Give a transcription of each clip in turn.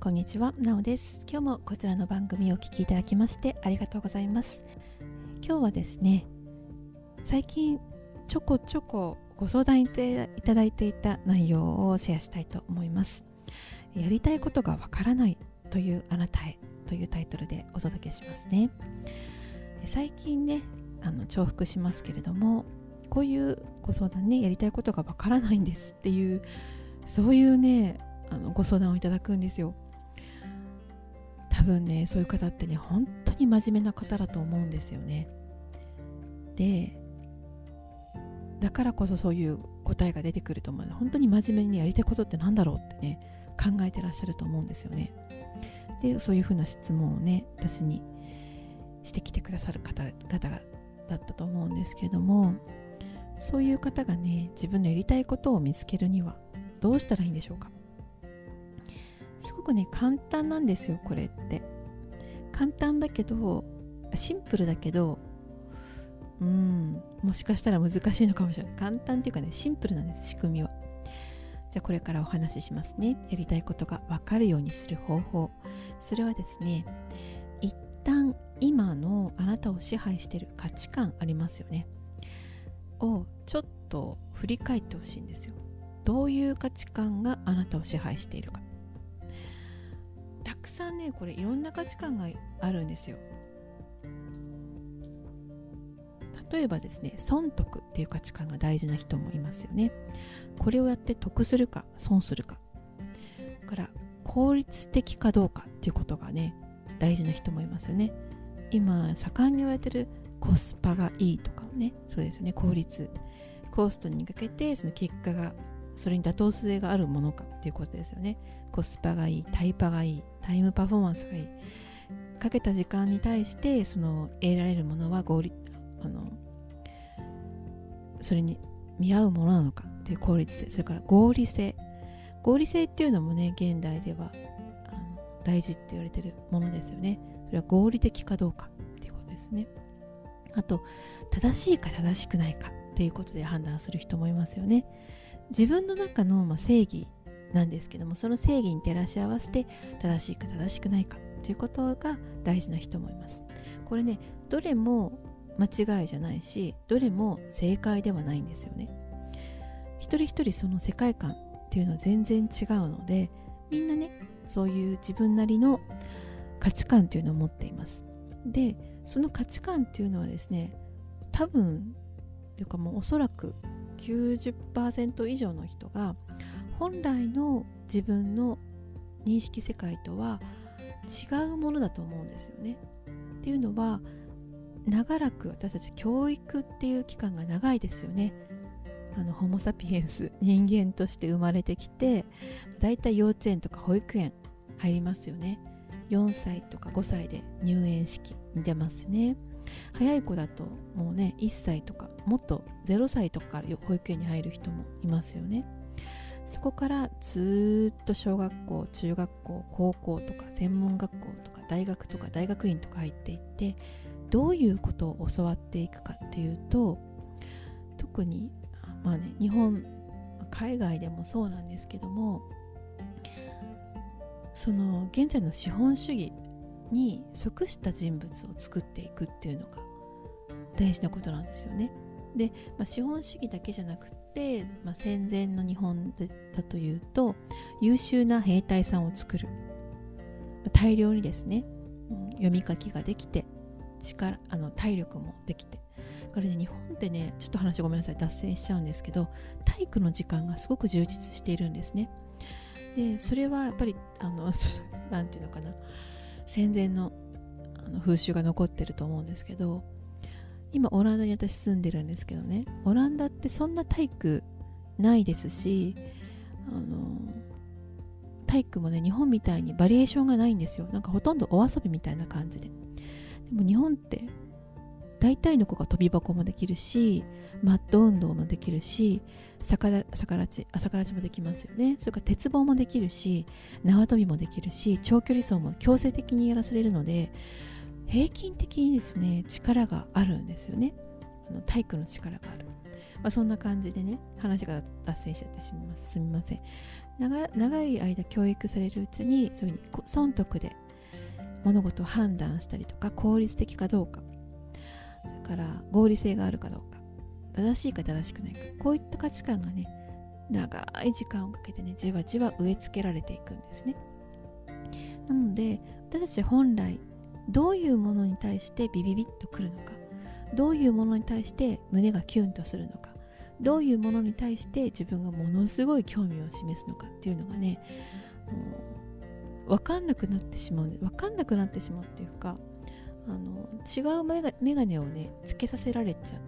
こんにちは、なおです。今日もこちらの番組をお聞きいただきましてありがとうございます。今日はですね、最近ちょこちょこご相談いただいていた内容をシェアしたいと思います。やりたいことがわからないというあなたへというタイトルでお届けしますね。最近ね、重複しますけれども、こういうご相談ね、やりたいことがわからないんですっていうそういうね、ご相談をいただくんですよ。多分ね、そういう方ってね、本当に真面目な方だと思うんですよね。で、だからこそそういう答えが出てくると思う。本当に真面目にやりたいことってなんだろうってね、考えてらっしゃると思うんですよね。で、そういうふうな質問をね、私にしてきてくださる方々だったと思うんですけれども、そういう方がね、自分のやりたいことを見つけるにはどうしたらいいんでしょうか。すごくね、簡単なんですよ、これって。簡単だけど、シンプルだけど、もしかしたら難しいのかもしれない。簡単っていうかね、シンプルなんです、仕組みは。じゃあこれからお話ししますね。やりたいことが分かるようにする方法。それはですね、一旦今のあなたを支配している価値観ありますよね。をちょっと振り返ってほしいんですよ。どういう価値観があなたを支配しているか。たくさんね、これいろんな価値観があるんですよ。例えばですね、損得っていう価値観が大事な人もいますよね。これをやって得するか損するか。だから効率的かどうかっていうことがね、大事な人もいますよね。今盛んに言われてるコスパがいいとかね、そうですよね。効率、コストにかけてその結果がそれに妥当性があるものかっていうことですよね。コスパがいい、タイパがいい、タイムパフォーマンスがいい、かけた時間に対してその得られるものはそれに見合うものなのかっていう効率性、それから合理性っていうのもね、現代では大事って言われてるものですよね。それは合理的かどうかっていうことですね。あと、正しいか正しくないかっていうことで判断する人もいますよね。自分の中の正義なんですけども、その正義に照らし合わせて正しいか正しくないかということが大事な人もいます。これね、どれも間違いじゃないし、どれも正解ではないんですよね。一人一人その世界観っていうのは全然違うので、みんなね、そういう自分なりの価値観っていうのを持っています。で、その価値観っていうのはですね、多分というかもうおそらく90% 以上の人が本来の自分の認識世界とは違うものだと思うんですよね。っていうのは、長らく私たち教育っていう期間が長いですよね。ホモサピエンス、人間として生まれてきて、だいたい幼稚園とか保育園入りますよね。4歳とか5歳で入園式に出ますね。早い子だともうね、1歳とかもっと0歳とかから保育園に入る人もいますよね。そこからずっと小学校、中学校、高校とか専門学校とか大学とか大学院とか入っていって、どういうことを教わっていくかっていうと、特に日本、海外でもそうなんですけども、その現在の資本主義に即した人物を作っていくっていうのが大事なことなんですよね。で、資本主義だけじゃなくて、戦前の日本だというと、優秀な兵隊さんを作る、大量にですね、読み書きができて、体力もできて、これね、日本ってね、ちょっと話ごめんなさい、脱線しちゃうんですけど、体育の時間がすごく充実しているんですね。で、それはやっぱりなんていうのかな、戦前の風習が残ってると思うんですけど、今オランダに私住んでるんですけどね、オランダってそんな体育ないですし、体育もね、日本みたいにバリエーションがないんですよ。なんかほとんどお遊びみたいな感じで。でも日本って大体の子が跳び箱もできるし、マット運動もできるし、逆立ちもできますよね。それから鉄棒もできるし、縄跳びもできるし、長距離走も強制的にやらされるので、平均的にですね、力があるんですよね。体育の力がある。 そんな感じでね、話が脱線しちゃってすみません。長い間教育されるうちに、そういうふうに損得で物事を判断したりとか、効率的かどうか、それから合理性があるかどうか、正しいか正しくないか、こういった価値観がね、長い時間をかけてね、じわじわ植え付けられていくんですね。なので、私たち本来どういうものに対してビビビッとくるのか、どういうものに対して胸がキュンとするのか、どういうものに対して自分がものすごい興味を示すのかっていうのがね、分かんなくなってしまうっていうか、違うメガネをねつけさせられちゃって、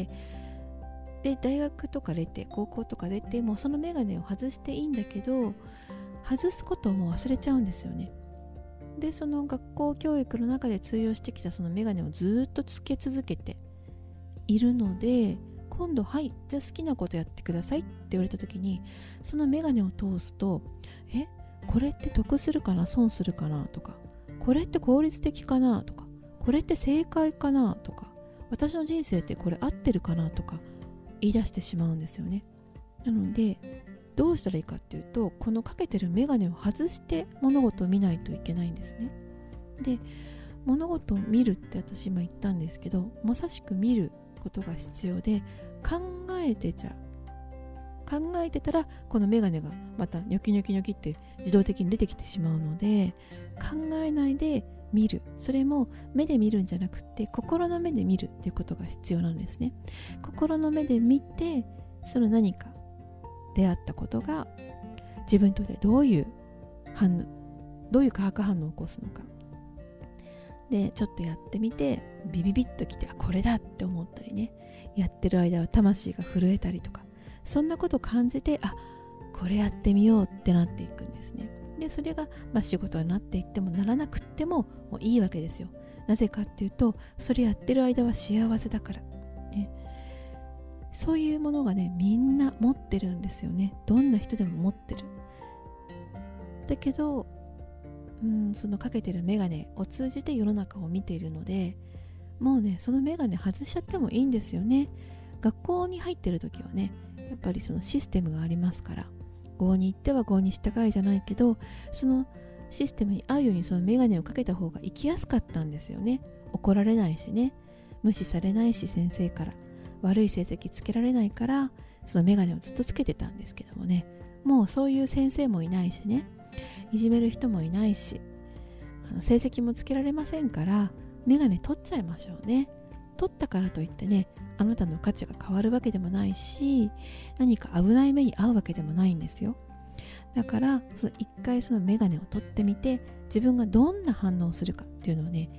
で大学とか出て高校とか出てもそのメガネを外していいんだけど、外すことをもう忘れちゃうんですよね。でその学校教育の中で通用してきたそのメガネをずっとつけ続けているので、今度はいじゃあ好きなことやってくださいって言われた時に、そのメガネを通すと、これって得するかな損するかなとか、これって効率的かなとか、これって正解かなとか、私の人生ってこれ合ってるかなとか言い出してしまうんですよね。なのでどうしたらいいかっていうと、このかけてるメガネを外して物事を見ないといけないんですね。で物事を見るって私今言ったんですけど、まさしく見ることが必要で、考えてたらこのメガネがまたニョキニョキニョキって自動的に出てきてしまうので、考えないで見る、それも目で見るんじゃなくて心の目で見るっていうことが必要なんですね。心の目で見て、その何か出会ったことが自分にとってどういう化学反応を起こすのかで、ちょっとやってみてビビビッときて、これだって思ったりね、やってる間は魂が震えたりとか、そんなことを感じて、これやってみようってなっていくんですね。でそれが、仕事になっていってもならなくってももういいわけですよ。なぜかっていうと、それやってる間は幸せだからね。そういうものがね、みんな持ってるんですよね。どんな人でも持ってる。だけどそのかけてるメガネを通じて世の中を見ているので、もうねそのメガネ外しちゃってもいいんですよね。学校に入ってる時はね、やっぱりそのシステムがありますから、郷に行っては郷に従いじゃないけど、そのシステムに合うようにそのメガネをかけた方が生きやすかったんですよね。怒られないしね、無視されないし、先生から悪い成績つけられないから、そのメガネをずっとつけてたんですけどもね、もうそういう先生もいないしね、いじめる人もいないし、成績もつけられませんから、メガネ取っちゃいましょうね。取ったからといってね、あなたの価値が変わるわけでもないし、何か危ない目に遭うわけでもないんですよ。だから一回そのメガネを取ってみて、自分がどんな反応をするかっていうのをね、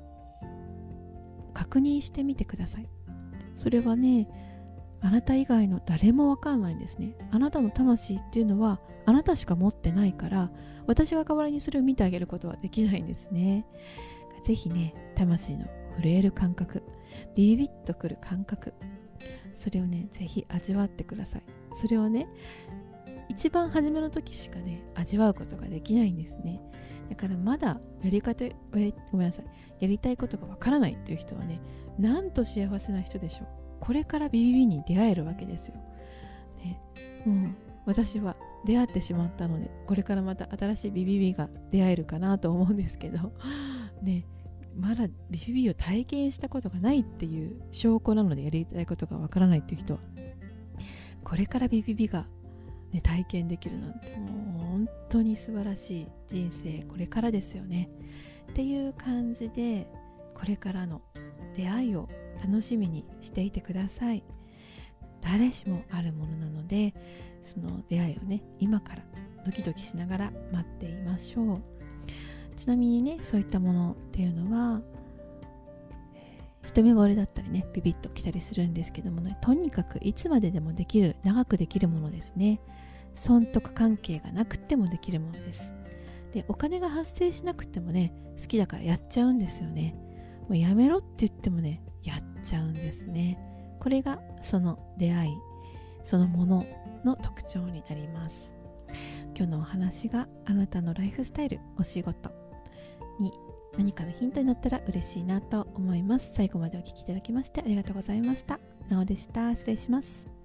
確認してみてください。それはね、あなた以外の誰もわかんないんですね。あなたの魂っていうのはあなたしか持ってないから、私が代わりにそれを見てあげることはできないんですね。ぜひね、魂の震える感覚、ビビビッとくる感覚、それをねぜひ味わってください。それをね、一番初めの時しかね味わうことができないんですね。だからまだやりたいことがわからないっていう人はね、なんと幸せな人でしょう。これからビビビに出会えるわけですよ、ね。もう私は出会ってしまったので、これからまた新しいビビビが出会えるかなと思うんですけどね、まだビビビを体験したことがないっていう証拠なので、やりたいことがわからないっていう人はこれからビビビが、ね、体験できるなんて、もう本当に素晴らしい人生、これからですよねっていう感じで、これからの出会いを楽しみにしていてください。誰しもあるものなので、その出会いをね、今からドキドキしながら待っていましょう。ちなみにね、そういったものっていうのは、一目惚れだったりね、ビビッときたりするんですけどもね、とにかくいつまででもできる、長くできるものですね。損得関係がなくてもできるものです。で、お金が発生しなくてもね、好きだからやっちゃうんですよね。もうやめろって言ってもね、やっちゃうんですね。これがその出会い、そのものの特徴になります。今日のお話があなたのライフスタイル、お仕事に何かのヒントになったら嬉しいなと思います。最後までお聞きいただきましてありがとうございました。 なおでした。失礼します。